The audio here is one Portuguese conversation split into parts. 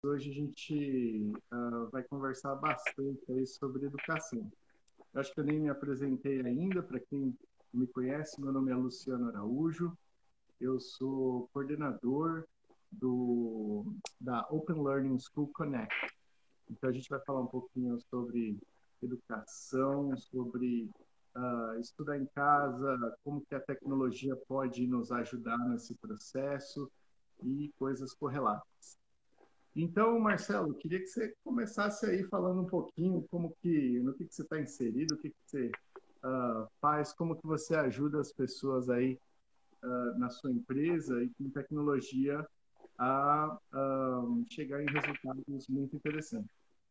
Hoje a gente vai conversar bastante aí sobre educação. Eu acho que eu nem me apresentei ainda, para quem me conhece, meu nome é Luciano Araújo, eu sou coordenador da Open Learning School Connect. Então a gente vai falar um pouquinho sobre educação, sobre estudar em casa, como que a tecnologia pode nos ajudar nesse processo e coisas correlatas. Então, Marcelo, queria que você começasse aí falando um pouquinho no que você está inserido, o que você faz, como que você ajuda as pessoas aí na sua empresa e com tecnologia a chegar em resultados muito interessantes.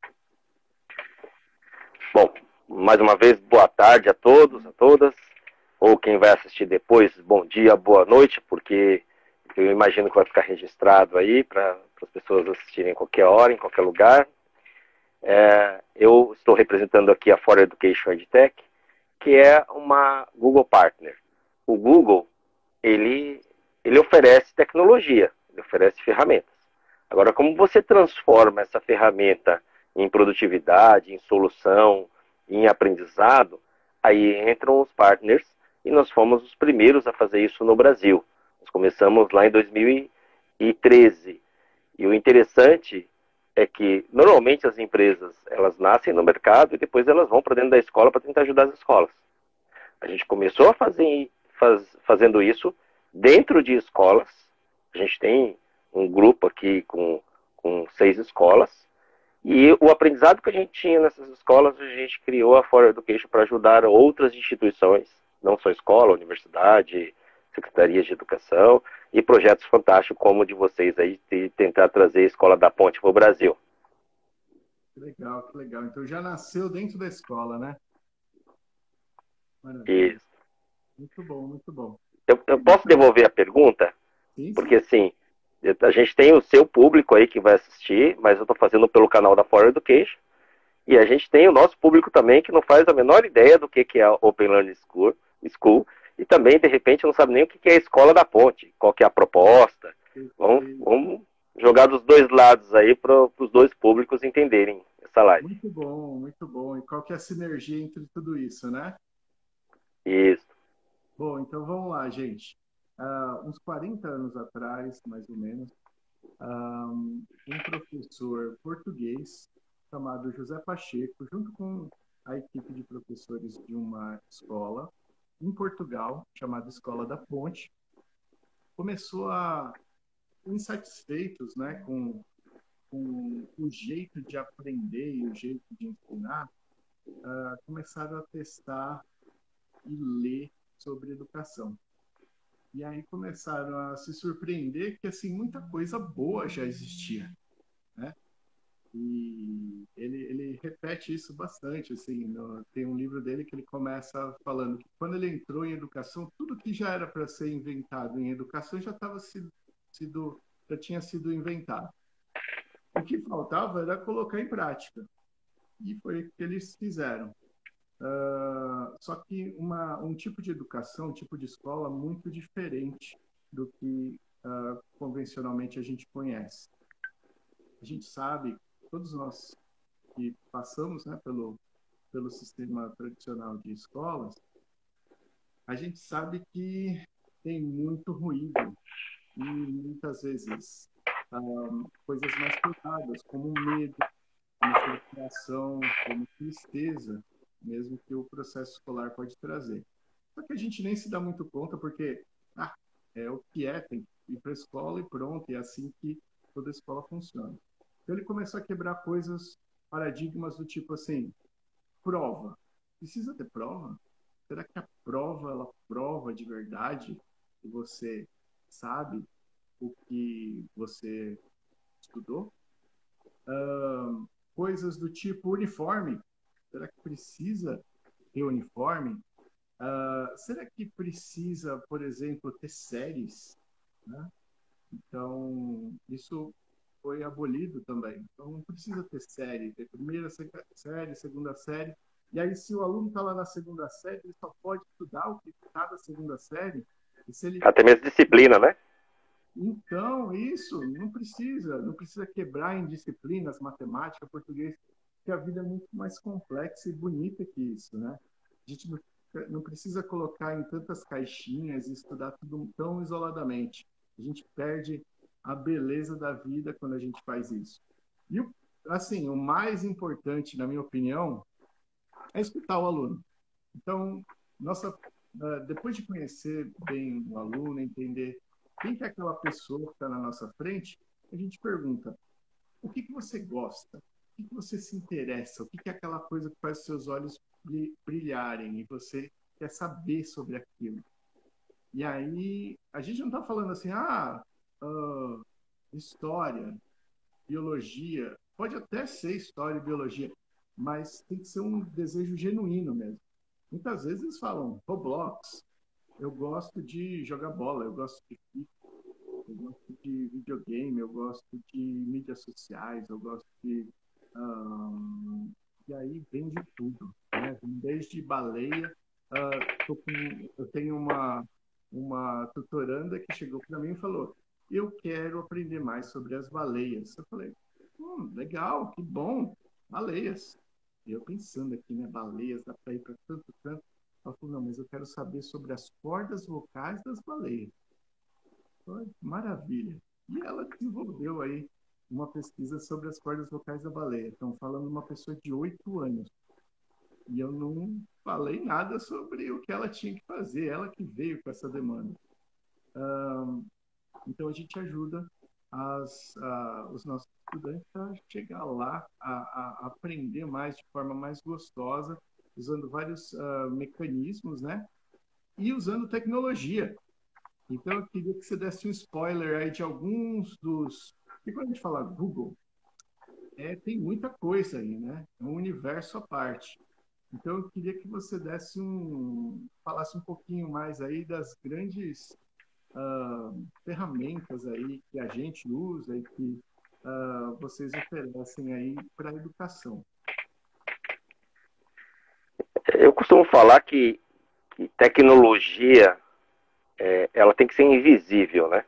Bom, mais uma vez, boa tarde a todos, a todas, ou quem vai assistir depois, bom dia, boa noite, porque eu imagino que vai ficar registrado aí para as pessoas assistirem em qualquer hora, em qualquer lugar. Eu estou representando aqui a For Education EdTech, que é uma Google Partner. O Google, ele oferece tecnologia, ele oferece ferramentas. Agora, como você transforma essa ferramenta em produtividade, em solução, em aprendizado, aí entram os partners e nós fomos os primeiros a fazer isso no Brasil. Nós começamos lá em 2013. E o interessante é que, normalmente, as empresas elas nascem no mercado e depois elas vão para dentro da escola para tentar ajudar as escolas. A gente começou a fazendo isso dentro de escolas. A gente tem um grupo aqui com 6 escolas. E o aprendizado que a gente tinha nessas escolas, a gente criou a For Education para ajudar outras instituições, não só escola, universidade, secretarias de educação, e projetos fantásticos como o de vocês aí, de tentar trazer a Escola da Ponte para o Brasil. Que legal, que legal. Então já nasceu dentro da escola, né? Maravilha. Isso. Muito bom, muito bom. Eu posso devolver a pergunta? Sim, Porque sim. assim, a gente tem o seu público aí que vai assistir, mas eu estou fazendo pelo canal da For Education. E a gente tem o nosso público também que não faz a menor ideia do que é a Open Learning School e também, de repente, não sabe nem o que é a Escola da Ponte, qual que é a proposta. Vamos jogar dos dois lados aí para os dois públicos entenderem essa live. Muito bom, muito bom. E qual que é a sinergia entre tudo isso, né? Isso. Bom, então vamos lá, gente. Uns 40 anos atrás, mais ou menos, um professor português chamado José Pacheco, junto com a equipe de professores de uma escola em Portugal, chamada Escola da Ponte, começou a insatisfeitos, né, com o jeito de aprender e o jeito de ensinar, começaram a testar e ler sobre educação. E aí começaram a se surpreender que assim muita coisa boa já existia, né? E ele repete isso bastante, assim, tem um livro dele que ele começa falando que quando ele entrou em educação, tudo que já era para ser inventado em educação já tinha sido inventado. O que faltava era colocar em prática. E foi o que eles fizeram. Só que um tipo de educação, um tipo de escola muito diferente do que convencionalmente a gente conhece. A gente sabe, todos nós que passamos, né, pelo sistema tradicional de escolas, a gente sabe que tem muito ruído e muitas vezes coisas mais pesadas, como medo, como frustração, como tristeza, mesmo que o processo escolar pode trazer. Só que a gente nem se dá muito conta porque é o que é, tem que ir para a escola e pronto, e é assim que toda escola funciona. Então ele começou a quebrar coisas, paradigmas do tipo assim, prova. Precisa ter prova? Será que a prova, ela prova de verdade que você sabe o que você estudou? Coisas do tipo uniforme. Será que precisa ter uniforme? Será que precisa, por exemplo, ter séries? Né? Então, isso foi abolido também. Então, não precisa ter série, ter primeira série, segunda série. E aí, se o aluno está lá na segunda série, ele só pode estudar o que está na segunda série. E se ele Até mesmo disciplina, né? Então, isso não precisa quebrar em disciplinas, matemática, português, porque a vida é muito mais complexa e bonita que isso, né? A gente não precisa colocar em tantas caixinhas e estudar tudo tão isoladamente. A gente perde a beleza da vida quando a gente faz isso. E, assim, o mais importante, na minha opinião, é escutar o aluno. Então, nossa, depois de conhecer bem o aluno, entender quem que é aquela pessoa que está na nossa frente, a gente pergunta: o que que você gosta? O que que você se interessa? O que que é aquela coisa que faz seus olhos brilharem e você quer saber sobre aquilo? E aí, a gente não está falando assim, ah, história, biologia. Pode até ser história e biologia, mas tem que ser um desejo genuíno mesmo. Muitas vezes eles falam Roblox, eu gosto de jogar bola, eu gosto de FIFA, eu gosto de videogame, eu gosto de mídias sociais, eu gosto de. ahn, e aí vem de tudo, né? Desde baleia. Eu tenho uma tutoranda que chegou para mim e falou: eu quero aprender mais sobre as baleias. Eu falei: legal, que bom, baleias. E eu pensando aqui, né? Baleias, dá para ir para tanto canto. Ela falou: não, mas eu quero saber sobre as cordas vocais das baleias. Foi maravilha. E ela desenvolveu aí uma pesquisa sobre as cordas vocais da baleia. Estão falando de uma pessoa de 8 anos. E eu não falei nada sobre o que ela tinha que fazer, ela que veio com essa demanda. Então a gente ajuda os nossos estudantes a chegar lá, a aprender mais de forma mais gostosa, usando vários mecanismos, né? E usando tecnologia. Então, eu queria que você desse um spoiler aí de alguns dos. E quando a gente fala Google, tem muita coisa aí, né? É um universo à parte. Então, eu queria que você falasse um pouquinho mais aí das grandes ferramentas aí que a gente usa e que vocês oferecem aí para a educação. Eu costumo falar que tecnologia ela tem que ser invisível, né?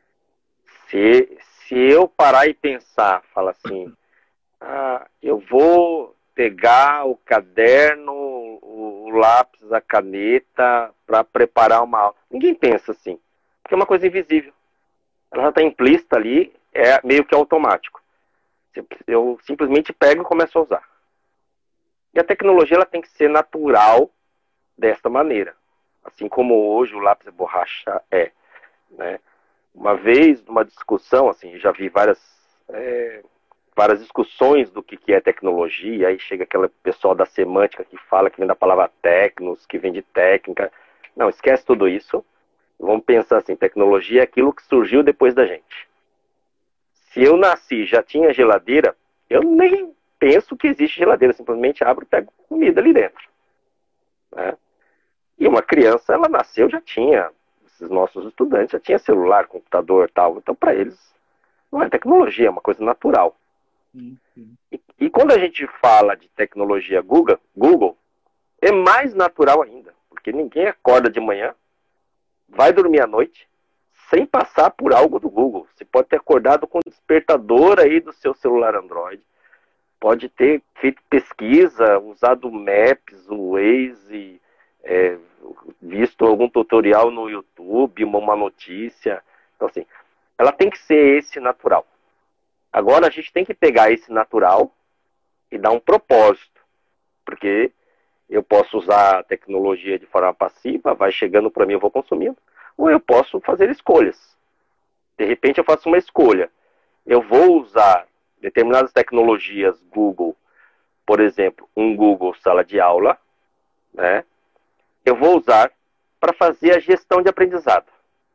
Se eu parar e pensar, falar assim, eu vou pegar o caderno, o lápis, a caneta para preparar uma aula. Ninguém pensa assim, porque é uma coisa invisível. Ela já está implícita ali, é meio que automático. Eu simplesmente pego e começo a usar. E a tecnologia ela tem que ser natural desta maneira. Assim como hoje o lápis de borracha né? Uma vez, numa discussão, assim, já vi várias discussões do que é tecnologia, aí chega aquele pessoal da semântica que fala que vem da palavra tecnos, que vem de técnica. Não, esquece tudo isso. Vamos pensar assim, tecnologia é aquilo que surgiu depois da gente. Se eu nasci já tinha geladeira, eu nem penso que existe geladeira, simplesmente abro e pego comida ali dentro. Né? E uma criança, ela nasceu, já tinha, esses nossos estudantes já tinha celular, computador e tal. Então, para eles, não é tecnologia, é uma coisa natural. Sim, sim. E quando a gente fala de tecnologia Google, é mais natural ainda, porque ninguém acorda de manhã, vai dormir à noite, sem passar por algo do Google. Você pode ter acordado com o despertador aí do seu celular Android, pode ter feito pesquisa, usado o Maps, o Waze, visto algum tutorial no YouTube, uma notícia. Então, assim, ela tem que ser esse natural. Agora, a gente tem que pegar esse natural e dar um propósito, porque eu posso usar a tecnologia de forma passiva, vai chegando para mim, eu vou consumindo, ou eu posso fazer escolhas. De repente, eu faço uma escolha. Eu vou usar determinadas tecnologias Google, por exemplo, um Google Sala de Aula, né? Eu vou usar para fazer a gestão de aprendizado.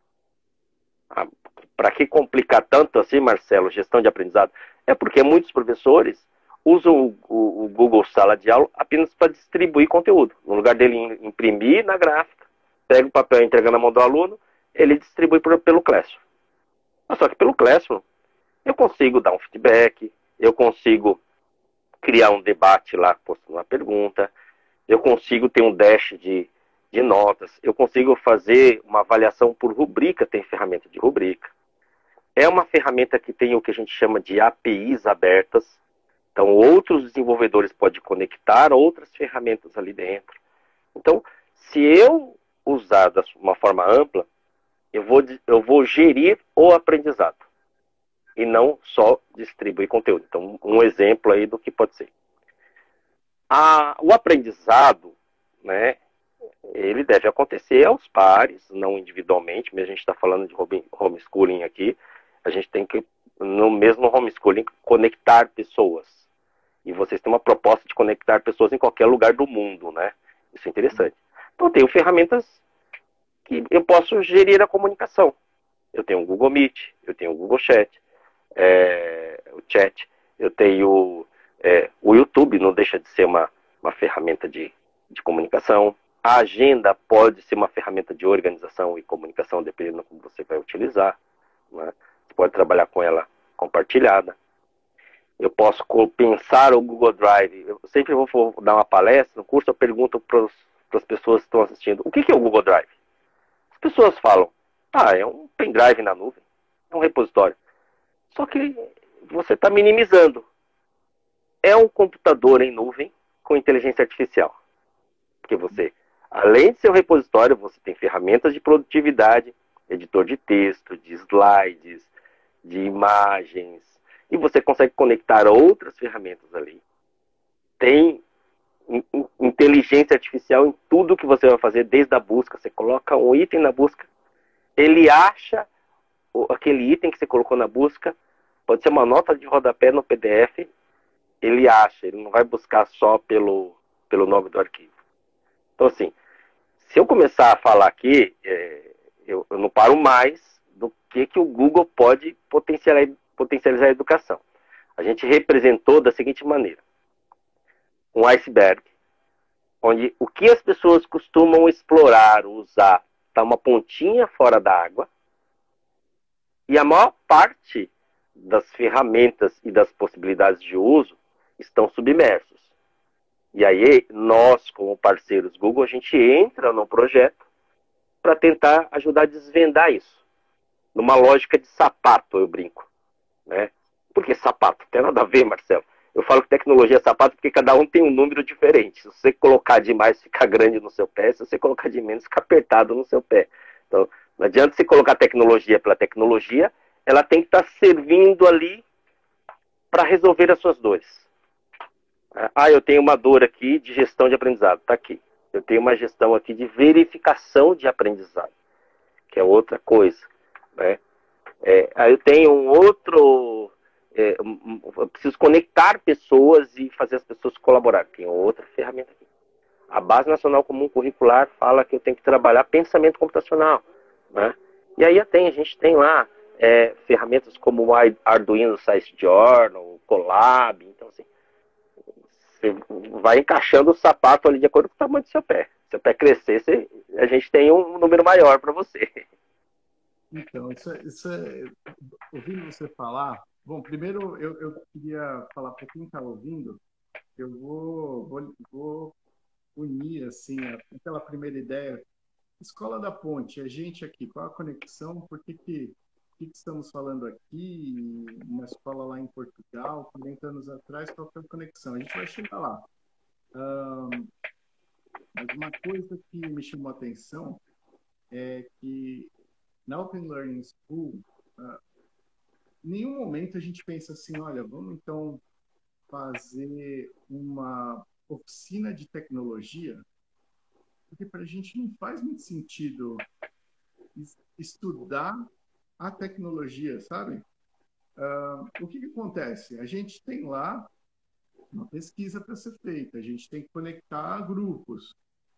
Para que complicar tanto assim, Marcelo, gestão de aprendizado? É porque muitos professores usam o Google Sala de Aula apenas para distribuir conteúdo. No lugar dele imprimir na gráfica, pega o papel e entrega na mão do aluno, ele distribui pelo Classroom. Só que pelo Classroom, eu consigo dar um feedback, eu consigo criar um debate lá, postando uma pergunta, eu consigo ter um dash de notas, eu consigo fazer uma avaliação por rubrica, tem ferramenta de rubrica. É uma ferramenta que tem o que a gente chama de APIs abertas. Então, outros desenvolvedores podem conectar outras ferramentas ali dentro. Então, se eu usar de uma forma ampla, eu vou gerir o aprendizado e não só distribuir conteúdo. Então, um exemplo aí do que pode ser. O aprendizado, né, ele deve acontecer aos pares, não individualmente, mas a gente está falando de homeschooling aqui, a gente tem que, no mesmo homeschooling, conectar pessoas. E vocês têm uma proposta de conectar pessoas em qualquer lugar do mundo, né? Isso é interessante. Então, eu tenho ferramentas que eu posso gerir a comunicação. Eu tenho o Google Meet, eu tenho o Google Chat, o Chat, eu tenho o YouTube, não deixa de ser uma ferramenta de comunicação. A agenda pode ser uma ferramenta de organização e comunicação, dependendo de como você vai utilizar. Né? Você pode trabalhar com ela compartilhada. Eu posso pensar o Google Drive. Eu sempre vou dar uma palestra, no curso eu pergunto para as pessoas que estão assistindo, o que é o Google Drive? As pessoas falam, é um pendrive na nuvem, é um repositório. Só que você está minimizando. É um computador em nuvem com inteligência artificial. Porque você, além de ser um repositório, você tem ferramentas de produtividade, editor de texto, de slides, de imagens, e você consegue conectar outras ferramentas ali. Tem inteligência artificial em tudo que você vai fazer, desde a busca. Você coloca um item na busca, ele acha aquele item que você colocou na busca, pode ser uma nota de rodapé no PDF, ele acha, ele não vai buscar só pelo nome do arquivo. Então, assim, se eu começar a falar aqui, eu não paro mais do que o Google pode potencializar a educação. A gente representou da seguinte maneira: um iceberg, onde o que as pessoas costumam explorar, usar, está uma pontinha fora da água, e a maior parte das ferramentas e das possibilidades de uso estão submersos. E aí, nós, como parceiros Google, a gente entra no projeto para tentar ajudar a desvendar isso. Numa lógica de sapato, eu brinco. Né? Por que sapato? Não tem nada a ver, Marcelo. Eu falo que tecnologia é sapato porque cada um tem um número diferente. Se você colocar demais, fica grande no seu pé. Se você colocar de menos, fica apertado no seu pé. Então, não adianta você colocar tecnologia pela tecnologia, ela tem que estar servindo ali para resolver as suas dores. Eu tenho uma dor aqui de gestão de aprendizado. Está aqui. Eu tenho uma gestão aqui de verificação de aprendizado, que é outra coisa. Né? Aí eu tenho um outro... eu preciso conectar pessoas e fazer as pessoas colaborarem. Tem outra ferramenta aqui. A Base Nacional Comum Curricular fala que eu tenho que trabalhar pensamento computacional. Né? E aí a gente tem lá ferramentas como o Arduino Science Journal, o Colab. Então, assim, você vai encaixando o sapato ali de acordo com o tamanho do seu pé. Se o pé crescer, a gente tem um número maior para você. Então, ouvindo você falar, bom, primeiro eu queria falar para quem está ouvindo, eu vou unir assim aquela primeira ideia. Escola da Ponte, a gente aqui, qual a conexão? Por que estamos falando aqui? Uma escola lá em Portugal, 40 anos atrás, qual que é a conexão? A gente vai chegar lá. Mas uma coisa que me chamou a atenção é que na Open Learning School, em nenhum momento a gente pensa assim, olha, vamos então fazer uma oficina de tecnologia, porque para a gente não faz muito sentido estudar a tecnologia, sabe? O que acontece? A gente tem lá uma pesquisa para ser feita, a gente tem que conectar grupos,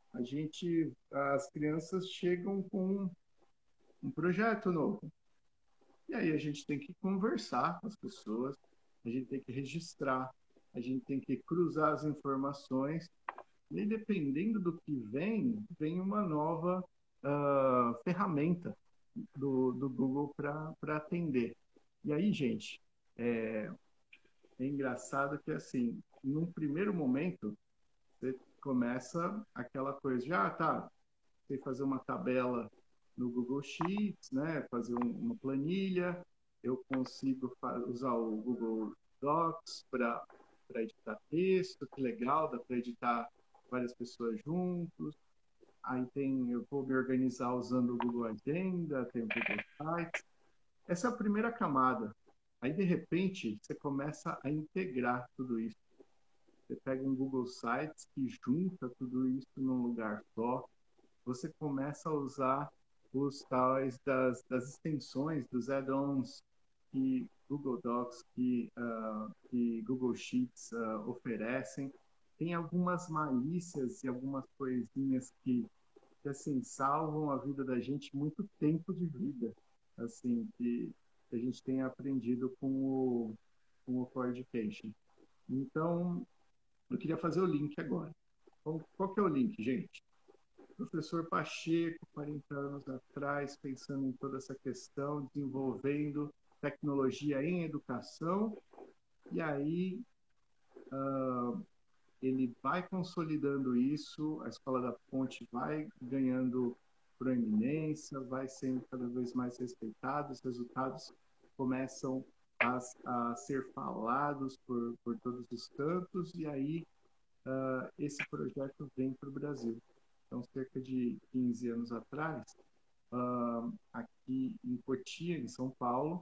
as crianças chegam com um projeto novo, e aí a gente tem que conversar com as pessoas, a gente tem que registrar, a gente tem que cruzar as informações, e aí, dependendo do que vem uma nova ferramenta do Google para atender. E aí, gente, é engraçado que, assim, num primeiro momento, você começa aquela coisa de, tá, você fazer uma tabela no Google Sheets, né, fazer uma planilha, eu consigo usar o Google Docs para editar texto, que legal, dá para editar várias pessoas juntos. Aí eu vou me organizar usando o Google Agenda, tem o Google Sites. Essa é a primeira camada. Aí, de repente, você começa a integrar tudo isso. Você pega um Google Sites que junta tudo isso num lugar só. Você começa a usar os tais das extensões, dos add-ons que Google Docs, que Google Sheets oferecem. Tem algumas malícias e algumas coisinhas que assim, salvam a vida da gente muito tempo de vida, assim, que a gente tem aprendido com o Core Education. Então, eu queria fazer o link agora. Qual que é o link, gente? Professor Pacheco, 40 anos atrás, pensando em toda essa questão, desenvolvendo tecnologia em educação, e aí ele vai consolidando isso, a Escola da Ponte vai ganhando proeminência, vai sendo cada vez mais respeitado, os resultados começam a ser falados por todos os cantos, e aí esse projeto vem para o Brasil. Então, cerca de 15 anos atrás, aqui em Cotia, em São Paulo,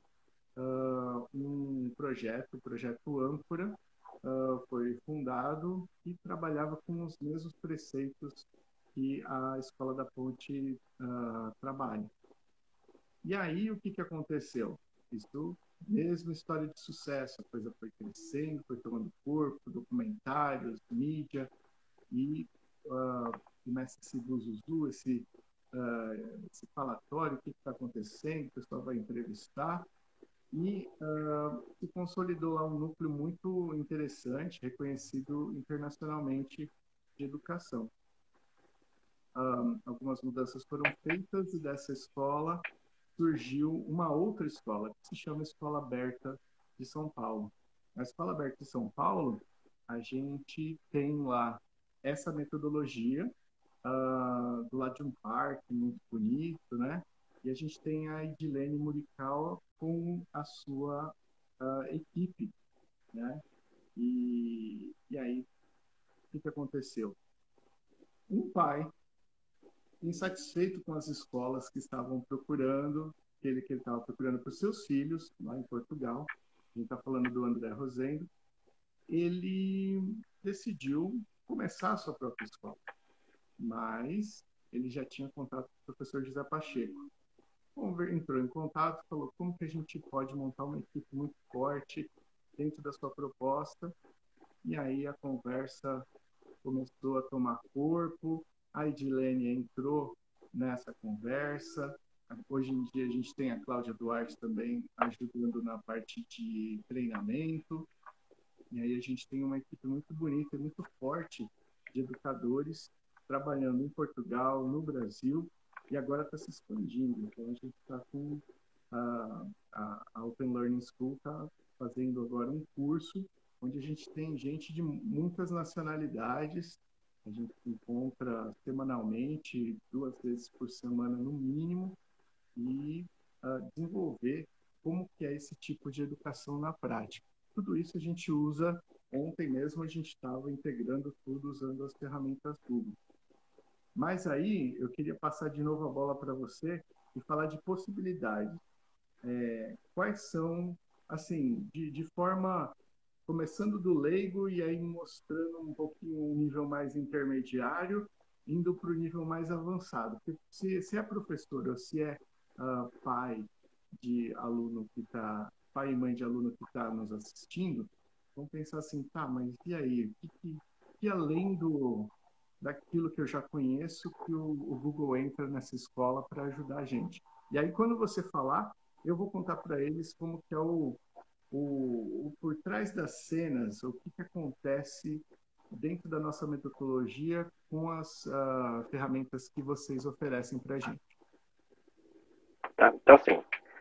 um projeto, o Projeto Âncora, foi fundado e trabalhava com os mesmos preceitos que a Escola da Ponte trabalha. E aí, o que aconteceu? Isso mesmo, história de sucesso, a coisa foi crescendo, foi tomando corpo, documentários, mídia, e começa esse buzuzu, esse falatório, o que está acontecendo, o pessoal vai entrevistar, e se consolidou lá um núcleo muito interessante, reconhecido internacionalmente de educação. Algumas mudanças foram feitas e dessa escola surgiu uma outra escola, que se chama Escola Aberta de São Paulo. Na Escola Aberta de São Paulo, a gente tem lá essa metodologia do lado de um parque muito bonito, né? E a gente tem a Edilene Murical com a sua equipe, né? E aí, o que aconteceu? Um pai, insatisfeito com as escolas que estavam procurando, que ele estava procurando para os seus filhos, lá em Portugal, a gente está falando do André Rosendo, ele decidiu começar a sua própria escola, mas ele já tinha contato com o professor José Pacheco. Entrou em contato, falou como que a gente pode montar uma equipe muito forte dentro da sua proposta, e aí a conversa começou a tomar corpo, a Edilene entrou nessa conversa, hoje em dia a gente tem a Cláudia Duarte também ajudando na parte de treinamento, e aí a gente tem uma equipe muito bonita e muito forte de educadores trabalhando em Portugal, no Brasil, e agora está se expandindo. Então, a gente está com a Open Learning School está fazendo agora um curso onde a gente tem gente de muitas nacionalidades, a gente se encontra semanalmente, 2 vezes por semana no mínimo, e desenvolver como que é esse tipo de educação na prática. Tudo isso a gente usa, ontem mesmo a gente estava integrando tudo usando as ferramentas Google. Mas aí eu queria passar de novo a bola para você e falar de possibilidades. Quais são, assim, de forma, começando do leigo e aí mostrando um pouquinho um nível mais intermediário, indo para o nível mais avançado. Porque se é professor ou se é pai de aluno que está, pai e mãe de aluno que está nos assistindo, vão pensar assim, tá, mas e aí? Que além daquilo que eu já conheço, que o Google entra nessa escola para ajudar a gente? E aí, quando você falar, eu vou contar para eles como que é o por trás das cenas, o que acontece dentro da nossa metodologia com as ferramentas que vocês oferecem para a gente. Tá, então, assim,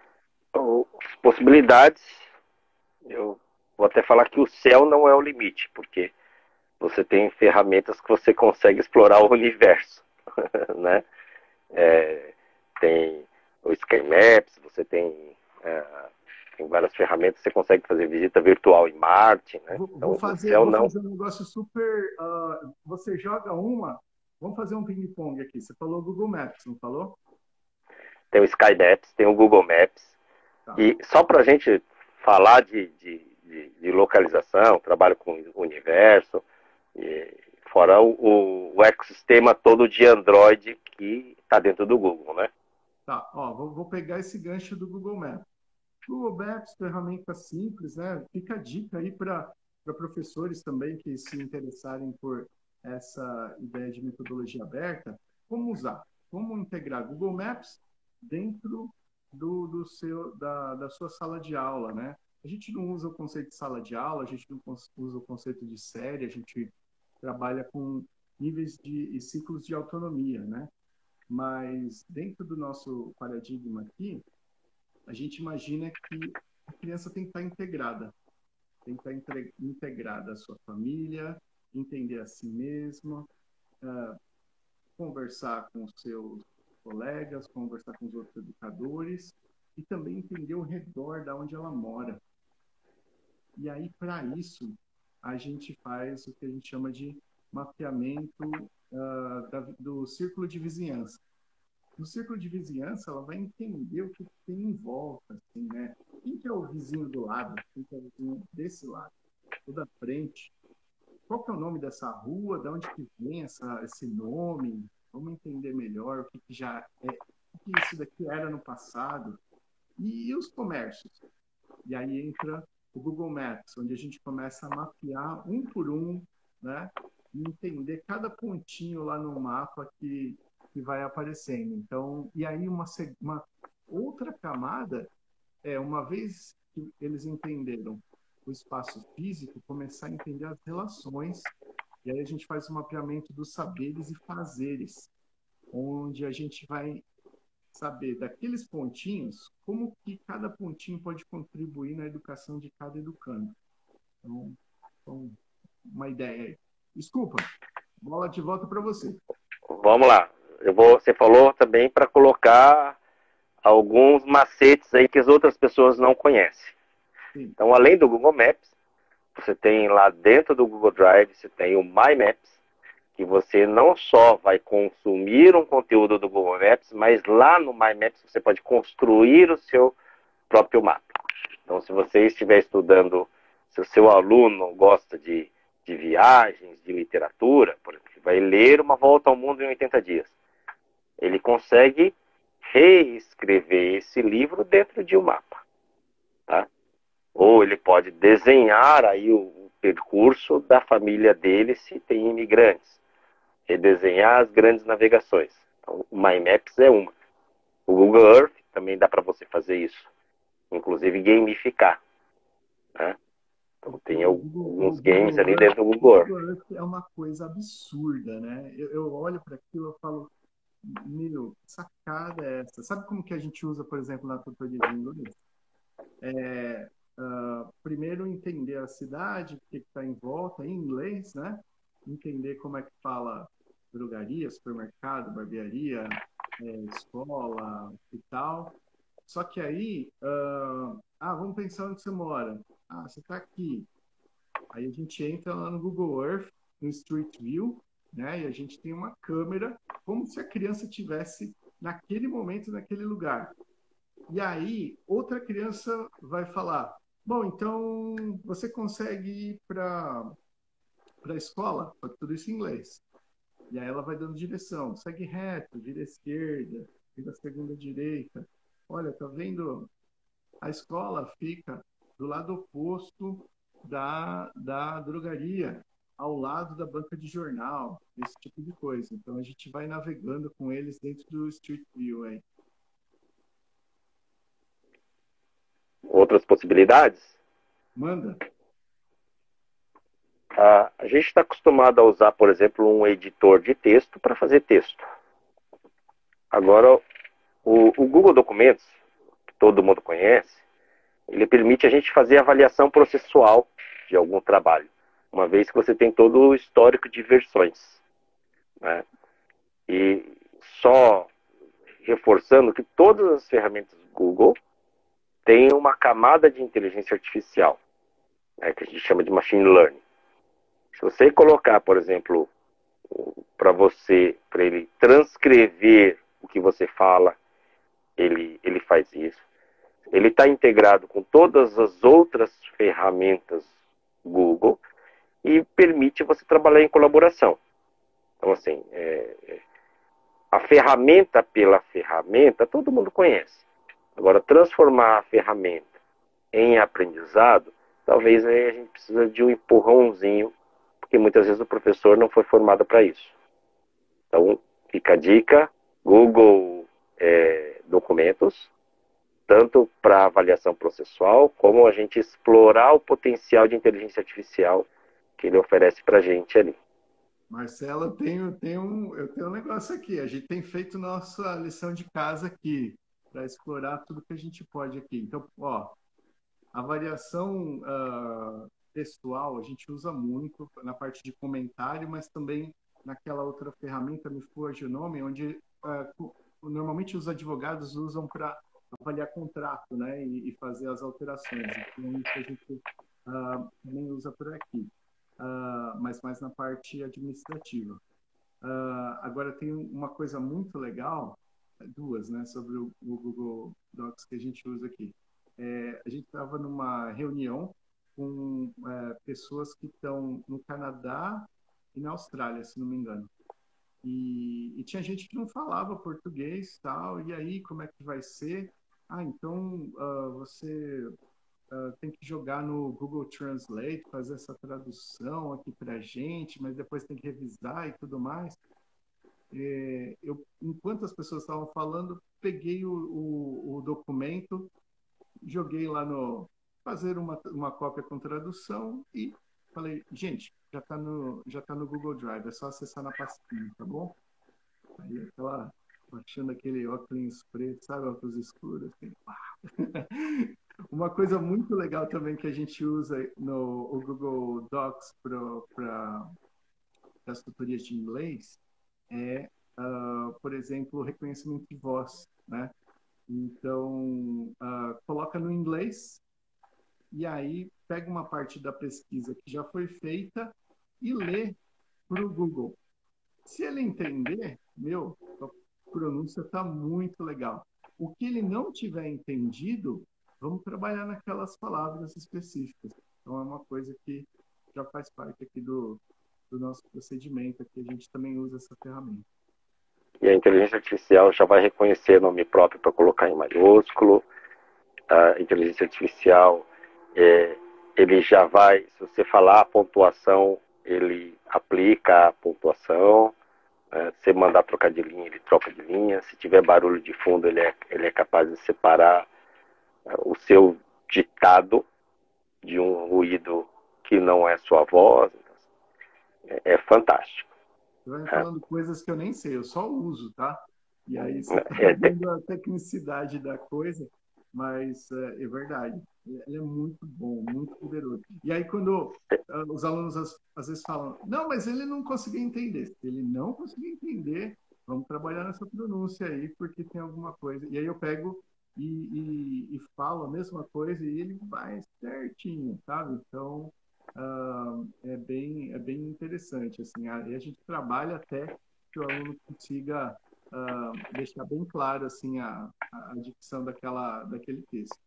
as possibilidades, eu vou até falar que o céu não é o limite, porque você tem ferramentas que você consegue explorar o universo, né? Tem o Sky Maps, você tem Tem várias ferramentas, você consegue fazer visita virtual em Marte, né? Então, Vou o fazer, céu vou não fazer um negócio super. Você joga uma. Vamos fazer um ping-pong aqui. Você falou Google Maps, não falou? tem o Sky Maps, tem o Google Maps. Tá. E só para a gente falar de localização, trabalho com o universo, fora o ecossistema todo de Android que está dentro do Google, né? Tá, ó, vou pegar esse gancho do Google Maps. Google Maps, ferramenta simples, né? Fica a dica aí para professores também que se interessarem por essa ideia de metodologia aberta, como usar, como integrar Google Maps dentro da sua sala de aula, né? A gente não usa o conceito de sala de aula, a gente não usa o conceito de série, a gente trabalha com níveis e ciclos de autonomia, né? Mas dentro do nosso paradigma aqui, a gente imagina que a criança tem que estar integrada, tem que estar integrada à sua família, entender a si mesma, conversar com os seus colegas, conversar com os outros educadores e também entender o redor da onde ela mora. E aí, para isso, a gente faz o que a gente chama de mapeamento do círculo de vizinhança. No círculo de vizinhança, ela vai entender o que tem em volta, assim, né? Quem que é o vizinho do lado? Quem que é o vizinho desse lado? O da frente? Qual que é o nome dessa rua? De onde que vem esse nome? Vamos entender melhor o que já é, o que isso daqui era no passado. E os comércios? E aí entra o Google Maps, onde a gente começa a mapear um por um, né? E entender cada pontinho lá no mapa que vai aparecendo. Então, e aí uma outra camada é, uma vez que eles entenderam o espaço físico, começar a entender as relações. E aí a gente faz o mapeamento dos saberes e fazeres, onde a gente vai saber daqueles pontinhos como que cada pontinho pode contribuir na educação de cada educando. Então uma ideia aí. Desculpa, bola de volta para você. Vamos lá. Você falou também para colocar alguns macetes aí que as outras pessoas não conhecem. Sim. Então, além do Google Maps, você tem lá dentro do Google Drive, você tem o My Maps, que você não só vai consumir um conteúdo do Google Maps, mas lá no My Maps você pode construir o seu próprio mapa. Então, se você estiver estudando, se o seu aluno gosta de viagens, de literatura, por exemplo, vai ler Uma Volta ao Mundo em 80 Dias. Ele consegue reescrever esse livro dentro de um mapa, tá? Ou ele pode desenhar aí o percurso da família dele se tem imigrantes, redesenhar as grandes navegações. Então, o My Maps é uma. O Google Earth também dá para você fazer isso, inclusive gamificar, né? Então, tem alguns games ali dentro do Google Earth. O Google Earth é uma coisa absurda, né? Eu olho para aquilo e falo, meu, que sacada é essa? Sabe como que a gente usa, por exemplo, na tutoria de inglês? Primeiro entender a cidade, o que está em volta, em inglês, né? Entender como é que fala drogaria, supermercado, barbearia, escola e tal. Só que aí, vamos pensar onde você mora. Ah, você está aqui. Aí a gente entra lá no Google Earth, no Street View, né? E a gente tem uma câmera, como se a criança tivesse naquele momento, naquele lugar. E aí, outra criança vai falar: bom, então você consegue ir para a escola? Só que tudo isso em inglês. E aí ela vai dando direção: segue reto, vira à esquerda, vira à segunda direita. Olha, tá vendo? A escola fica do lado oposto da drogaria, ao lado da banca de jornal, esse tipo de coisa. Então a gente vai navegando com eles dentro do Street View aí. Outras possibilidades? Manda. A gente está acostumado a usar, por exemplo, um editor de texto para fazer texto. Agora, o Google Documentos, que todo mundo conhece, ele permite a gente fazer avaliação processual de algum trabalho, uma vez que você tem todo o histórico de versões, né? E só reforçando que todas as ferramentas do Google tem uma camada de inteligência artificial, né, que a gente chama de machine learning. Se você colocar, por exemplo, para ele transcrever o que você fala, ele faz isso. Ele está integrado com todas as outras ferramentas Google e permite você trabalhar em colaboração. Então, assim, a ferramenta pela ferramenta, todo mundo conhece. Agora, transformar a ferramenta em aprendizado, talvez aí a gente precisa de um empurrãozinho, porque muitas vezes o professor não foi formado para isso. Então, fica a dica, Google Documentos, tanto para avaliação processual, como a gente explorar o potencial de inteligência artificial que ele oferece para a gente ali. Marcelo, eu tenho um negócio aqui. A gente tem feito nossa lição de casa aqui para explorar tudo que a gente pode aqui. Então, ó, avaliação textual a gente usa muito na parte de comentário, mas também naquela outra ferramenta, me foge o nome, onde normalmente os advogados usam para avaliar contrato, né, e fazer as alterações. Então, isso a gente também usa por aqui. Mas mais na parte administrativa. Agora tem uma coisa muito legal, duas, né, sobre o Google Docs que a gente usa aqui. A gente estava numa reunião com pessoas que estão no Canadá e na Austrália, se não me engano. E tinha gente que não falava português, tal, e aí como é que vai ser? Então você tem que jogar no Google Translate, fazer essa tradução aqui para gente, mas depois tem que revisar e tudo mais. Enquanto as pessoas estavam falando, peguei o documento, joguei lá no fazer uma cópia com tradução e falei, gente, já tá no Google Drive, é só acessar na pastinha, tá bom? Aí aquela achando aquele óculos preto, sabe, óculos escuros, assim, Uma coisa muito legal também que a gente usa no Google Docs para as tutorias de inglês é, por exemplo, o reconhecimento de voz, né? Então, coloca no inglês e aí pega uma parte da pesquisa que já foi feita e lê para o Google. Se ele entender, a pronúncia está muito legal. O que ele não tiver entendido, vamos trabalhar naquelas palavras específicas. Então, é uma coisa que já faz parte aqui do nosso procedimento, aqui a gente também usa essa ferramenta. E a inteligência artificial já vai reconhecer nome próprio para colocar em maiúsculo. A inteligência artificial, ele já vai, se você falar a pontuação, ele aplica a pontuação. Se mandar trocar de linha, ele troca de linha. Se tiver barulho de fundo, ele é capaz de separar o seu ditado de um ruído que não é sua voz. É fantástico. Você vai me falando coisas que eu nem sei, eu só uso, tá? E aí você está vendo a tecnicidade da coisa, mas é verdade. Ele é muito bom, muito poderoso. E aí quando os alunos às vezes falam, não, mas ele não conseguiu entender. Se ele não conseguir entender, vamos trabalhar nessa pronúncia aí, porque tem alguma coisa. E aí eu pego e falo a mesma coisa e ele vai certinho, sabe? Então, é bem interessante. Assim, a gente trabalha até que o aluno consiga deixar bem claro assim, a dicção daquele texto.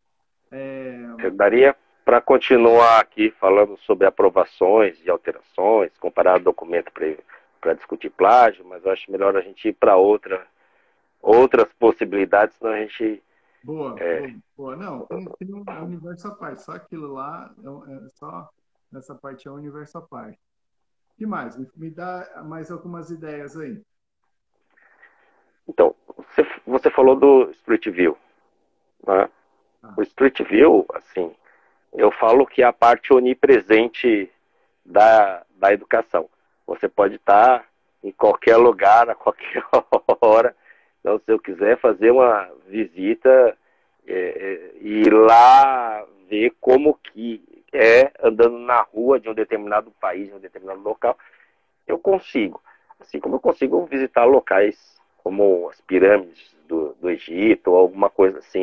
Daria para continuar aqui falando sobre aprovações e alterações, comparar documento para discutir plágio, mas eu acho melhor a gente ir para outras possibilidades, senão a gente... Boa. Não, tem um universo à parte. Só aquilo lá, só nessa parte é um universo à parte. O que mais? Me dá mais algumas ideias aí. Então, você falou do Street View, né? O Street View, assim, eu falo que é a parte onipresente da educação. Você pode estar em qualquer lugar, a qualquer hora. Então, se eu quiser fazer uma visita e ir lá ver como que é andando na rua de um determinado país, de um determinado local, eu consigo. Assim como eu consigo visitar locais como as pirâmides do Egito ou alguma coisa assim,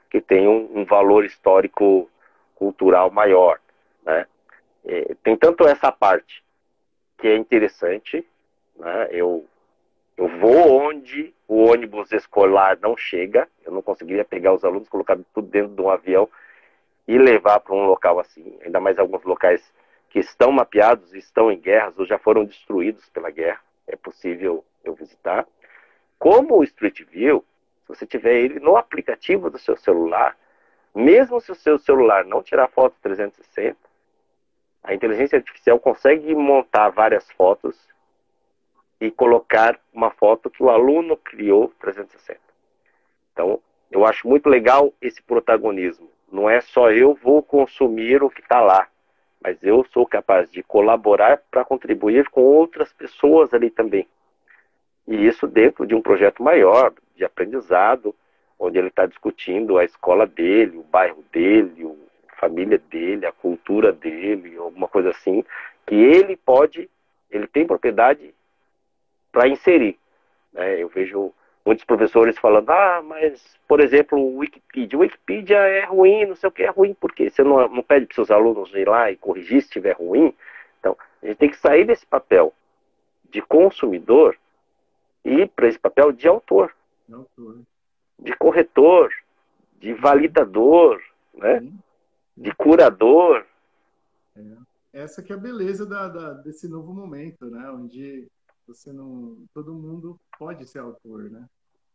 que tem um valor histórico cultural maior, né? Tem tanto essa parte que é interessante, né? Eu vou onde o ônibus escolar não chega, eu não conseguiria pegar os alunos, colocar tudo dentro de um avião e levar para um local assim, ainda mais alguns locais que estão mapeados, estão em guerras ou já foram destruídos pela guerra, é possível eu visitar. Como o Street View, se você tiver ele no aplicativo do seu celular, mesmo se o seu celular não tirar foto 360, a inteligência artificial consegue montar várias fotos e colocar uma foto que o aluno criou 360. Então, eu acho muito legal esse protagonismo. Não é só eu vou consumir o que está lá, mas eu sou capaz de colaborar para contribuir com outras pessoas ali também. E isso dentro de um projeto maior, de aprendizado, onde ele está discutindo a escola dele, o bairro dele, a família dele, a cultura dele, alguma coisa assim, que ele tem propriedade para inserir. Eu vejo muitos professores falando, mas, por exemplo, o Wikipedia é ruim, não sei o que é ruim, porque você não pede para seus alunos ir lá e corrigir se estiver ruim. Então, a gente tem que sair desse papel de consumidor e para esse papel de autor, de corretor, de validador, né? De curador. Essa que é a beleza desse novo momento, né? Onde todo mundo pode ser autor, né?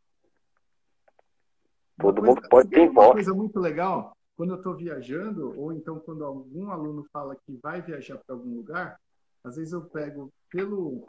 Todo mundo pode ter uma voz. coisa muito legal, quando eu estou viajando, ou então quando algum aluno fala que vai viajar para algum lugar, às vezes eu pego pelo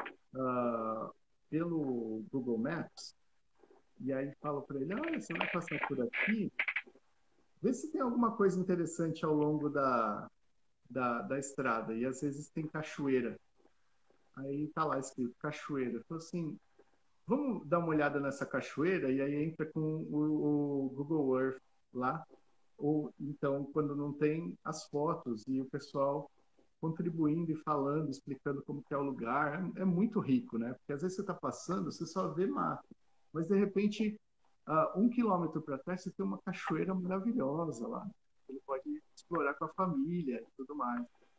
Google Maps e aí falo para ele, olha, você vai passar por aqui, vê se tem alguma coisa interessante ao longo da estrada. E às vezes tem cachoeira. Aí tá lá escrito cachoeira. Então, assim, vamos dar uma olhada nessa cachoeira e aí entra com o Google Earth lá. Ou então, quando não tem as fotos e o pessoal contribuindo e falando, explicando como que é o lugar, é muito rico, né? Porque às vezes você está passando, você só vê mato, mas de repente, 1 quilômetro para trás, você tem uma cachoeira maravilhosa lá. Ele pode explorar com a família e tudo mais.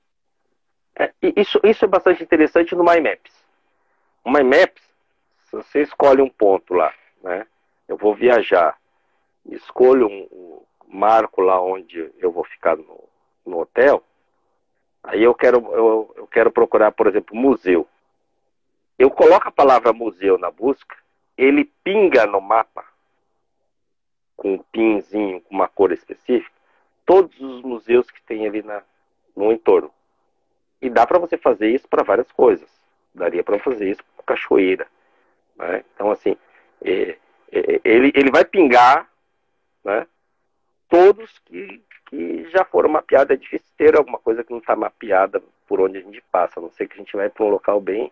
Isso é bastante interessante no My Maps. O My Maps, se você escolhe um ponto lá, né? Eu vou viajar, escolho marco lá onde eu vou ficar no hotel, aí eu quero procurar, por exemplo, museu. Eu coloco a palavra museu na busca, ele pinga no mapa, com um pinzinho, com uma cor específica, todos os museus que tem ali no entorno. E dá para você fazer isso para várias coisas. Daria para fazer isso para cachoeira, né? Então, assim, ele vai pingar, né, todos que já foram mapeados. É difícil ter alguma coisa que não está mapeada por onde a gente passa, a não ser que a gente vai para um local bem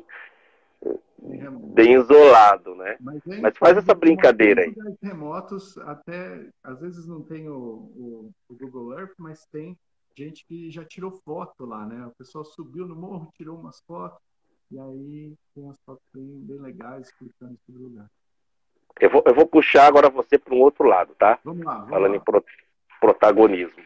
isolado, né? Mas faz essa brincadeira aí. Remotos, até às vezes não tem o Google Earth, mas tem gente que já tirou foto lá, né? O pessoal subiu no morro, tirou umas fotos, e aí tem umas fotos bem legais explicando sobre o lugar. Eu vou puxar agora você para um outro lado, tá? Vamos lá. Falando em protagonismo.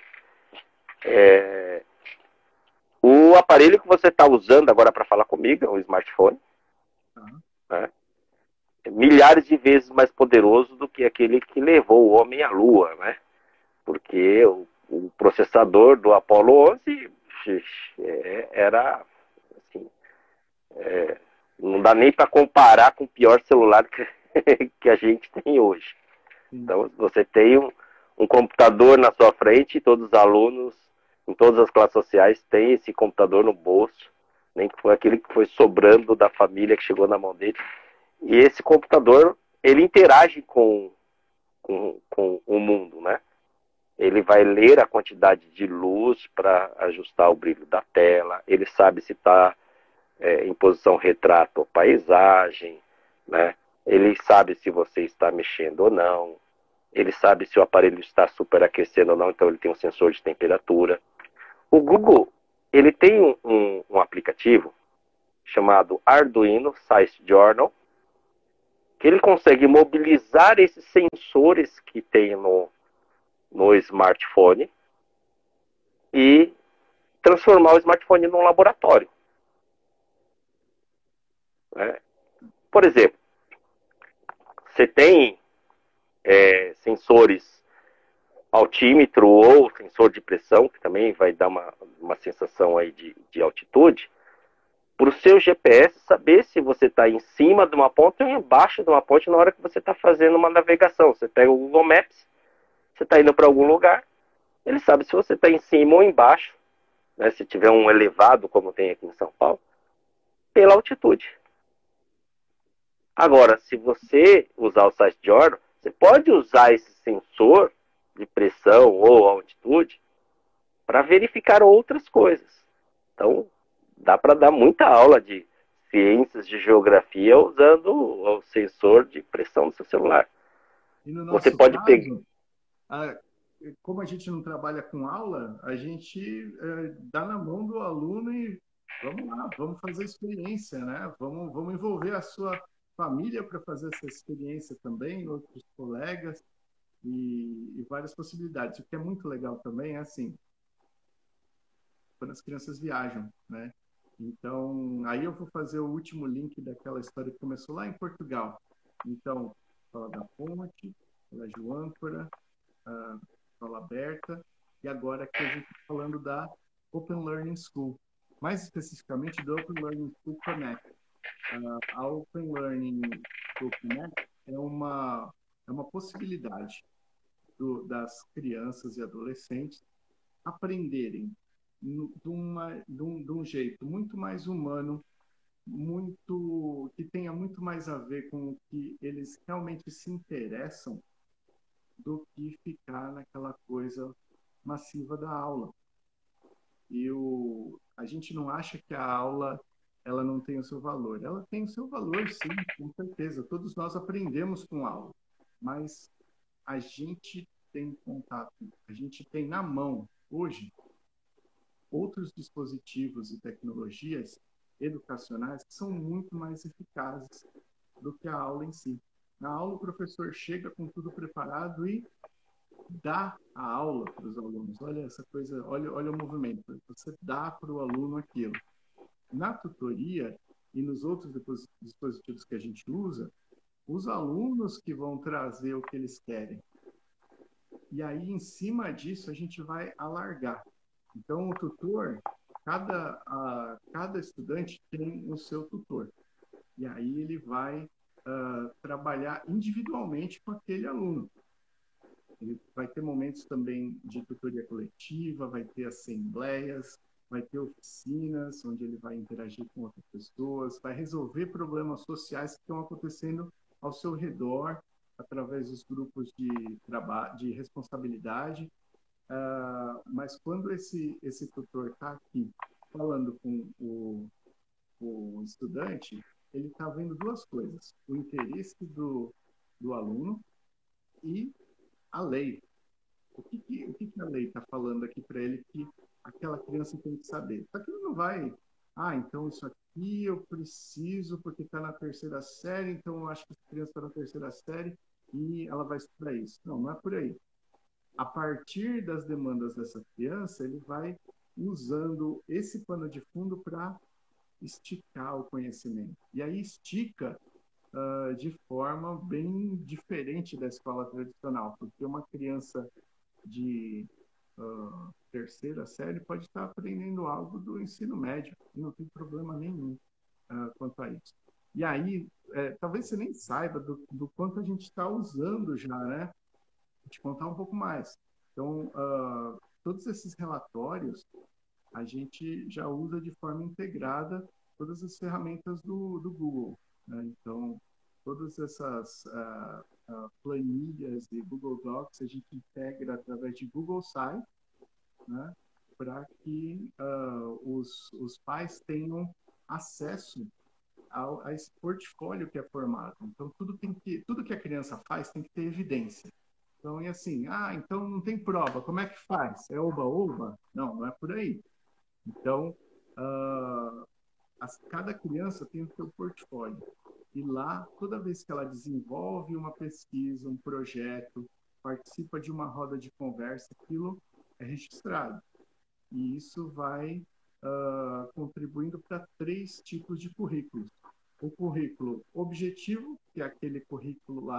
O aparelho que você está usando agora para falar comigo é um smartphone. Né? É milhares de vezes mais poderoso do que aquele que levou o homem à Lua, né? Porque o processador do Apollo 11 era assim, não dá nem para comparar com o pior celular que a gente tem hoje. Então, você tem um computador na sua frente, e todos os alunos, em todas as classes sociais, têm esse computador no bolso, nem que foi aquele que foi sobrando da família que chegou na mão dele. E esse computador, ele interage com o mundo, né? Ele vai ler a quantidade de luz para ajustar o brilho da tela, ele sabe se está em posição retrato ou paisagem, né? Ele sabe se você está mexendo ou não, ele sabe se o aparelho está superaquecendo ou não, então ele tem um sensor de temperatura. O Google, ele tem um aplicativo chamado Arduino Science Journal, que ele consegue mobilizar esses sensores que tem no smartphone e transformar o smartphone num laboratório. Né? Por exemplo, você tem sensores altímetro ou sensor de pressão, que também vai dar uma sensação aí de altitude, para o seu GPS saber se você está em cima de uma ponte ou embaixo de uma ponte na hora que você está fazendo uma navegação. Você pega o Google Maps, você está indo para algum lugar, ele sabe se você está em cima ou embaixo, né, se tiver um elevado, como tem aqui em São Paulo, pela altitude. Agora, se você usar o site de Ordon, você pode usar esse sensor de pressão ou altitude para verificar outras coisas. Então, dá para dar muita aula de ciências de geografia usando o sensor de pressão do seu celular. E no Você nosso pode pegar. Como a gente não trabalha com aula, a gente dá na mão do aluno e vamos lá, vamos fazer experiência, né? Vamos envolver a sua família para fazer essa experiência também, outros colegas e várias possibilidades. O que é muito legal também é assim, quando as crianças viajam, né? Então, aí eu vou fazer o último link daquela história que começou lá em Portugal. Então, fala da ponte, colégio âncora, a escola aberta, e agora aqui a gente está falando da Open Learning School, mais especificamente do Open Learning School Connect. A Open Learning School Connect é uma possibilidade das crianças e adolescentes aprenderem de um jeito muito mais humano, que tenha muito mais a ver com o que eles realmente se interessam do que ficar naquela coisa massiva da aula. E a gente não acha que a aula ela não tem o seu valor. Ela tem o seu valor, sim, com certeza. Todos nós aprendemos com aula, mas a gente tem contato, a gente tem na mão, hoje, outros dispositivos e tecnologias educacionais que são muito mais eficazes do que a aula em si. Na aula, o professor chega com tudo preparado e dá a aula para os alunos. Olha essa coisa, olha o movimento. Você dá para o aluno aquilo. Na tutoria e nos outros dispositivos que a gente usa, os alunos que vão trazer o que eles querem. E aí, em cima disso, a gente vai alargar. Então, o tutor, cada estudante tem o seu tutor. E aí ele vai trabalhar individualmente com aquele aluno. Ele vai ter momentos também de tutoria coletiva, vai ter assembleias, vai ter oficinas onde ele vai interagir com outras pessoas, vai resolver problemas sociais que estão acontecendo ao seu redor através dos grupos de trabalho, de responsabilidade. Mas quando esse tutor está aqui falando com o estudante, ele está vendo duas coisas: o interesse do aluno e a lei. O que a lei está falando aqui para ele que aquela criança tem que saber? Só que ele não vai, então isso aqui eu preciso porque está na terceira série, então eu acho que a criança está na terceira série e ela vai estudar isso. Não, não é por aí. A partir das demandas dessa criança, ele vai usando esse pano de fundo para esticar o conhecimento. E aí estica de forma bem diferente da escola tradicional, porque uma criança de terceira série pode estar aprendendo algo do ensino médio, e não tem problema nenhum quanto a isso. E aí, talvez você nem saiba do quanto a gente está usando já, né? Vou te contar um pouco mais. Então, todos esses relatórios, a gente já usa de forma integrada todas as ferramentas do Google, né? Então, todas essas planilhas e Google Docs a gente integra através de Google Sites, né? Para que os pais tenham acesso a esse portfólio que é formado. Então, tudo que a criança faz tem que ter evidência. Então, é assim, então não tem prova, como é que faz? É oba-oba? Não, não é por aí. Então, cada criança tem o seu portfólio. E lá, toda vez que ela desenvolve uma pesquisa, um projeto, participa de uma roda de conversa, aquilo é registrado. E isso vai contribuindo para 3 tipos de currículos. O currículo objetivo, que é aquele currículo lá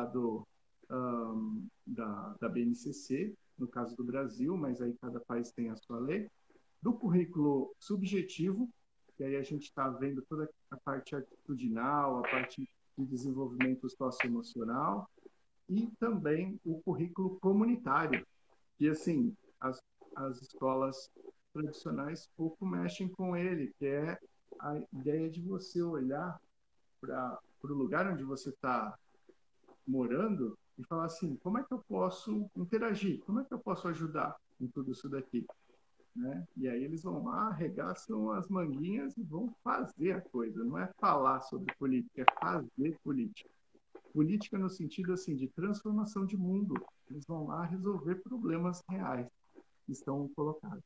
da BNCC, no caso do Brasil, mas aí cada país tem a sua lei. Do currículo subjetivo, que aí a gente está vendo toda a parte atitudinal, a parte de desenvolvimento socioemocional, e também o currículo comunitário, que assim, as escolas tradicionais pouco mexem com ele, que é a ideia de você olhar para o lugar onde você está morando e falar assim, como é que eu posso interagir? Como é que eu posso ajudar em tudo isso daqui? Né? E aí eles vão lá, arregaçam as manguinhas e vão fazer a coisa. Não é falar sobre política, é fazer política. Política no sentido assim de transformação de mundo. Eles vão lá resolver problemas reais que estão colocados.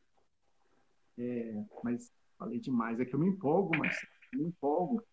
Mas falei demais, é que eu me empolgo, mas me empolgo.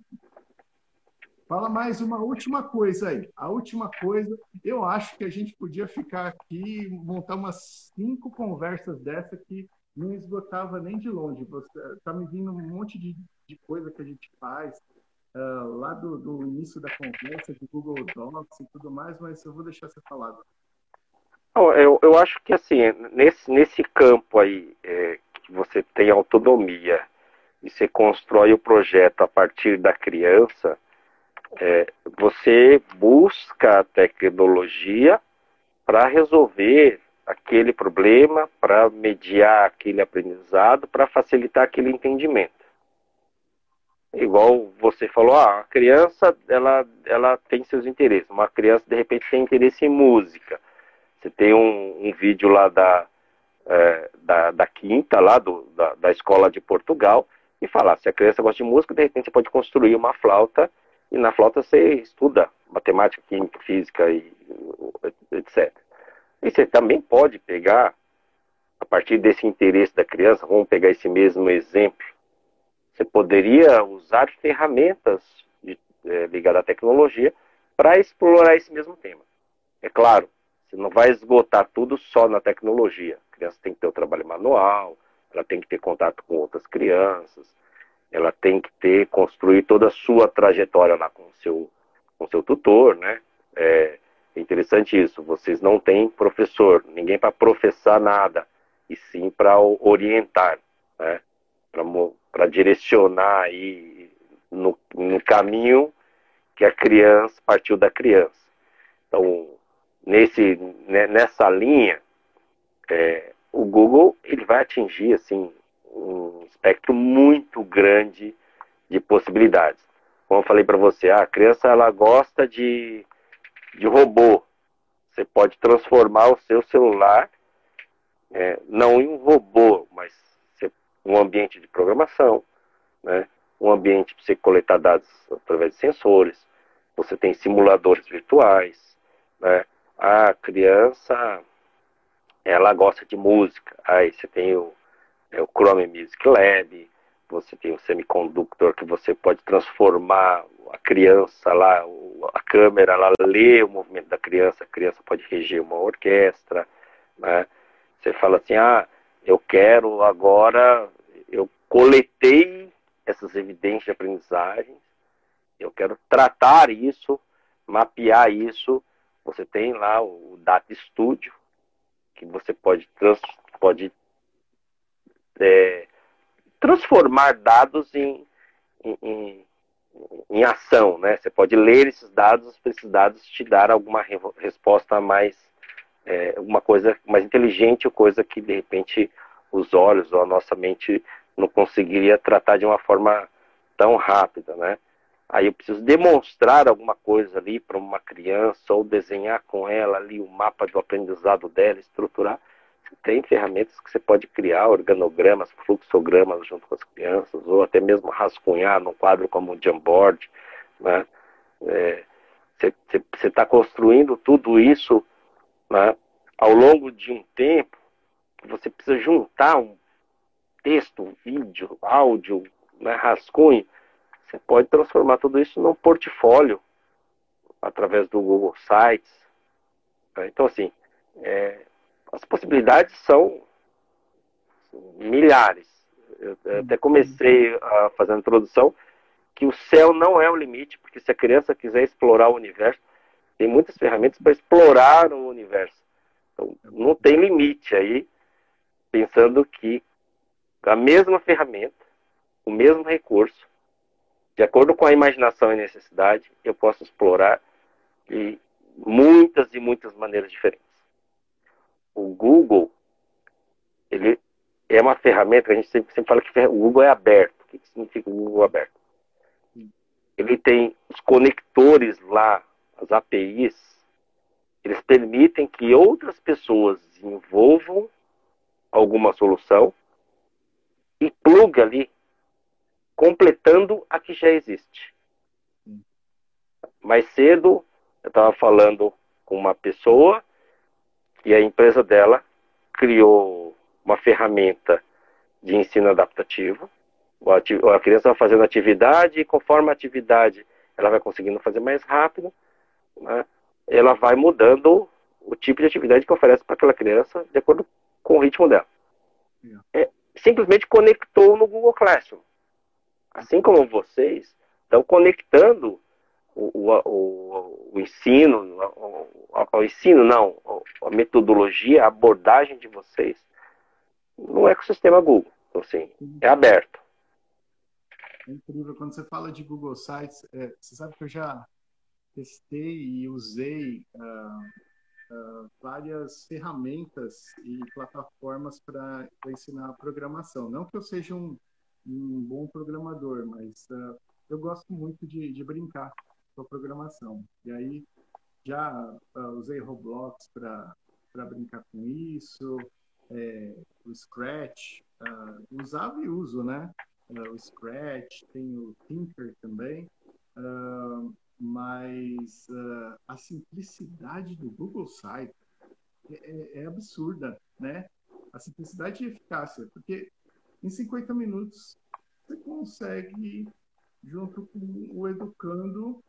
Fala mais uma última coisa aí. A última coisa, eu acho que a gente podia ficar aqui, montar umas 5 conversas dessa que não esgotava nem de longe. Está me vindo um monte de coisa que a gente faz, lá do início da conversa, de Google Docs e tudo mais, mas eu vou deixar você falar. Eu acho que assim, nesse campo aí, que você tem autonomia e você constrói o projeto a partir da criança, você busca a tecnologia para resolver aquele problema, para mediar aquele aprendizado, para facilitar aquele entendimento. Igual você falou, a criança ela tem seus interesses. Uma criança, de repente, tem interesse em música. Você tem um vídeo lá da Quinta, lá da escola de Portugal, e falar, se a criança gosta de música, de repente você pode construir uma flauta, e na flauta você estuda matemática, química, física, e etc. E você também pode pegar, a partir desse interesse da criança, vamos pegar esse mesmo exemplo, você poderia usar ferramentas ligadas à tecnologia para explorar esse mesmo tema. É claro, você não vai esgotar tudo só na tecnologia. A criança tem que ter o trabalho manual, ela tem que ter contato com outras crianças, ela tem que construir toda a sua trajetória lá com o seu tutor, né? É interessante isso, vocês não têm professor, ninguém para professar nada, e sim para orientar, né? Para direcionar aí no caminho que a criança partiu da criança. Então, nessa linha, o Google ele vai atingir assim, um espectro muito grande de possibilidades. Como eu falei para você, a criança ela gosta de robô. Você pode transformar o seu celular não em um robô, mas um ambiente de programação, né? Um ambiente para você coletar dados através de sensores. Você tem simuladores virtuais, né? A criança ela gosta de música. Aí você tem o Chrome Music Lab, você tem o Semiconductor, que você pode transformar a criança lá, a câmera, ela lê o movimento da criança, a criança pode reger uma orquestra, né? Você fala assim, eu quero agora, eu coletei essas evidências de aprendizagem, eu quero tratar isso, mapear isso. Você tem lá o Data Studio, que você pode transformar dados em ação, né? Você pode ler esses dados te dar alguma resposta mais, uma coisa mais inteligente, ou coisa que de repente os olhos ou a nossa mente não conseguiria tratar de uma forma tão rápida, né? Aí eu preciso demonstrar alguma coisa ali para uma criança, ou desenhar com ela ali o mapa do aprendizado dela, estruturar. Você tem ferramentas que você pode criar, organogramas, fluxogramas junto com as crianças, ou até mesmo rascunhar num quadro como o Jamboard, né? Você está construindo tudo isso, né, ao longo de um tempo. Você precisa juntar um texto, vídeo, áudio, né, rascunho. Você pode transformar tudo isso num portfólio através do Google Sites. Então, assim, As possibilidades são milhares. Eu até comecei a fazer a introdução que o céu não é o limite, porque se a criança quiser explorar o universo, tem muitas ferramentas para explorar o universo. Então, não tem limite aí, pensando que a mesma ferramenta, o mesmo recurso, de acordo com a imaginação e necessidade, eu posso explorar de muitas e muitas maneiras diferentes. O Google, ele é uma ferramenta que a gente sempre fala que o Google é aberto. O que significa o Google aberto? Ele tem os conectores lá, as APIs, eles permitem que outras pessoas desenvolvam alguma solução e plugue ali, completando a que já existe. Mais cedo, eu estava falando com uma pessoa e a empresa dela criou uma ferramenta de ensino adaptativo. A criança vai fazendo atividade e conforme a atividade ela vai conseguindo fazer mais rápido, né, ela vai mudando o tipo de atividade que oferece para aquela criança de acordo com o ritmo dela. Simplesmente conectou no Google Classroom. Assim como vocês estão conectando o ensino, a metodologia, a abordagem de vocês no ecossistema Google. Então, assim, é aberto. É incrível. Quando você fala de Google Sites, você sabe que eu já testei e usei várias ferramentas e plataformas para ensinar programação. Não que eu seja um bom programador, mas eu gosto muito de brincar com a programação. E aí já usei Roblox para brincar com isso, o Scratch, usava e uso, né? O Scratch, tem o Tinker também, mas a simplicidade do Google Site é absurda, né? A simplicidade e eficácia, porque em 50 minutos você consegue, junto com o educando,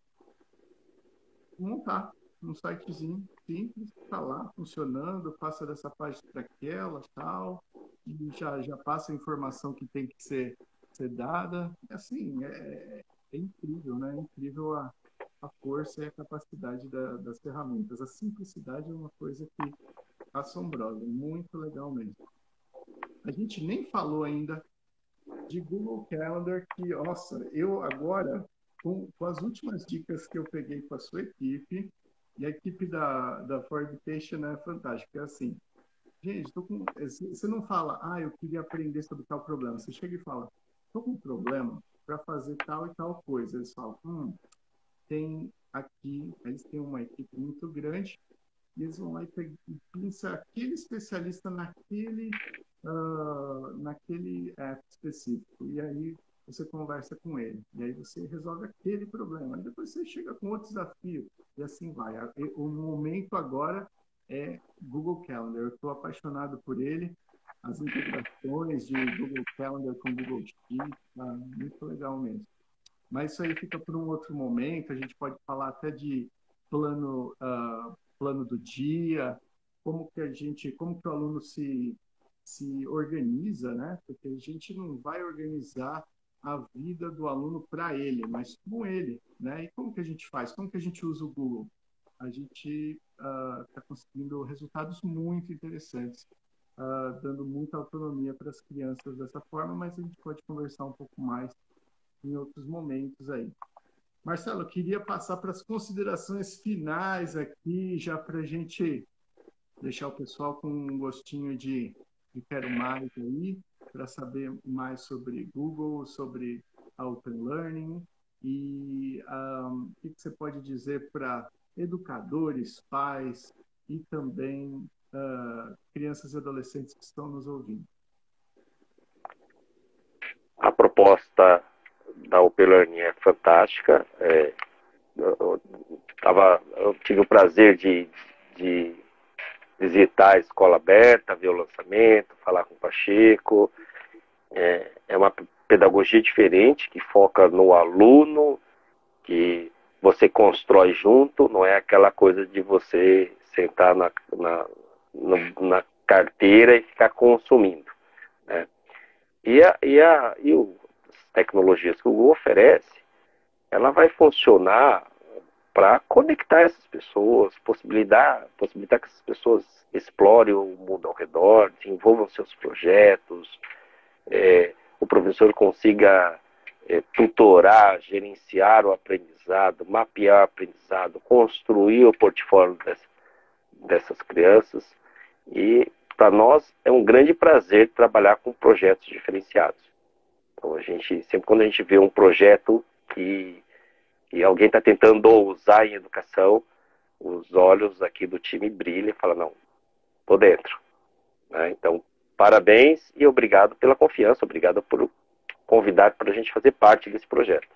montar um sitezinho simples, está lá funcionando, passa dessa página para aquela, tal, e já passa a informação que tem que ser dada. Assim, é incrível, né? É incrível a força e a capacidade das ferramentas. A simplicidade é uma coisa que assombrosa, muito legal mesmo. A gente nem falou ainda de Google Calendar, que, nossa, eu agora, com as últimas dicas que eu peguei com a sua equipe, e a equipe da For Education é fantástica, é assim, gente, você não fala, eu queria aprender sobre tal problema, você chega e fala, estou com um problema para fazer tal e tal coisa, eles falam, tem aqui, eles têm uma equipe muito grande, e eles vão lá e pensam aquele especialista naquele app específico. E aí você conversa com ele. E aí você resolve aquele problema. E depois você chega com outro desafio. E assim vai. O momento agora é Google Calendar. Eu estou apaixonado por ele. As integrações de Google Calendar com Google Sheets, tá muito legal mesmo. Mas isso aí fica por um outro momento. A gente pode falar até de plano do dia, como que o aluno se organiza, né? Porque a gente não vai organizar a vida do aluno para ele, mas com ele, né? E como que a gente faz? Como que a gente usa o Google? A gente está conseguindo resultados muito interessantes, dando muita autonomia para as crianças dessa forma, mas a gente pode conversar um pouco mais em outros momentos aí. Marcelo, eu queria passar para as considerações finais aqui, já para a gente deixar o pessoal com um gostinho de quero mais aí, para saber mais sobre Google, sobre a Open Learning e o que você pode dizer para educadores, pais e também crianças e adolescentes que estão nos ouvindo. A proposta da Open Learning é fantástica. Eu tive o prazer de visitar a escola aberta, ver o lançamento, falar com o Pacheco. É uma pedagogia diferente, que foca no aluno, que você constrói junto, não é aquela coisa de você sentar na carteira e ficar consumindo, né? E as tecnologias que o Google oferece, ela vai funcionar para conectar essas pessoas, possibilitar que essas pessoas explorem o mundo ao redor, desenvolvam seus projetos, o professor consiga tutorar, gerenciar o aprendizado, mapear o aprendizado, construir o portfólio dessas crianças. E para nós é um grande prazer trabalhar com projetos diferenciados. Então sempre quando a gente vê um projeto que alguém está tentando usar em educação, os olhos aqui do time brilham e falam, não, tô dentro, né? Então, parabéns e obrigado pela confiança, obrigado por convidar para a gente fazer parte desse projeto.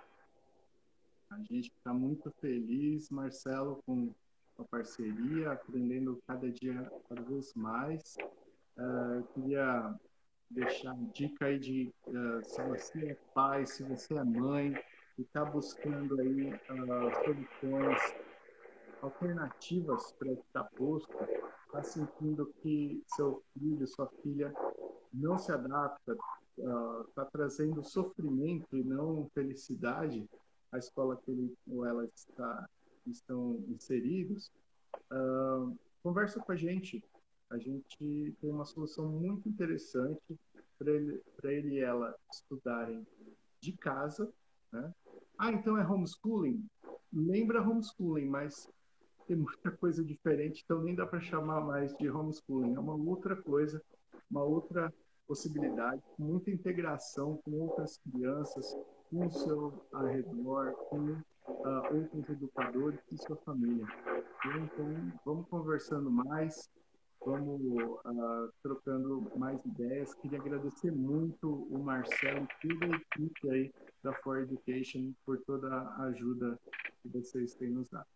A gente está muito feliz, Marcelo, com a parceria, aprendendo cada dia, cada vez mais. Eu queria deixar a dica aí de se você é pai, se você é mãe e está buscando aí soluções alternativas para estar posto, está sentindo que seu filho, sua filha não se adapta, está trazendo sofrimento e não felicidade à escola que ele ou ela estão inseridos, conversa com a gente. A gente tem uma solução muito interessante para ele e ela estudarem de casa, né? Ah, então é homeschooling? Lembra homeschooling, mas tem muita coisa diferente, então nem dá para chamar mais de homeschooling. É uma outra coisa, uma outra possibilidade, muita integração com outras crianças, com o seu arredor, com outros educadores e sua família. Então, vamos conversando mais, vamos trocando mais ideias. Queria agradecer muito o Marcelo e toda a equipe aí da For Education por toda a ajuda que vocês têm nos dado.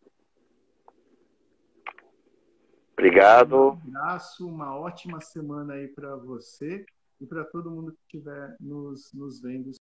Obrigado. Um abraço, uma ótima semana aí para você e para todo mundo que estiver nos vendo.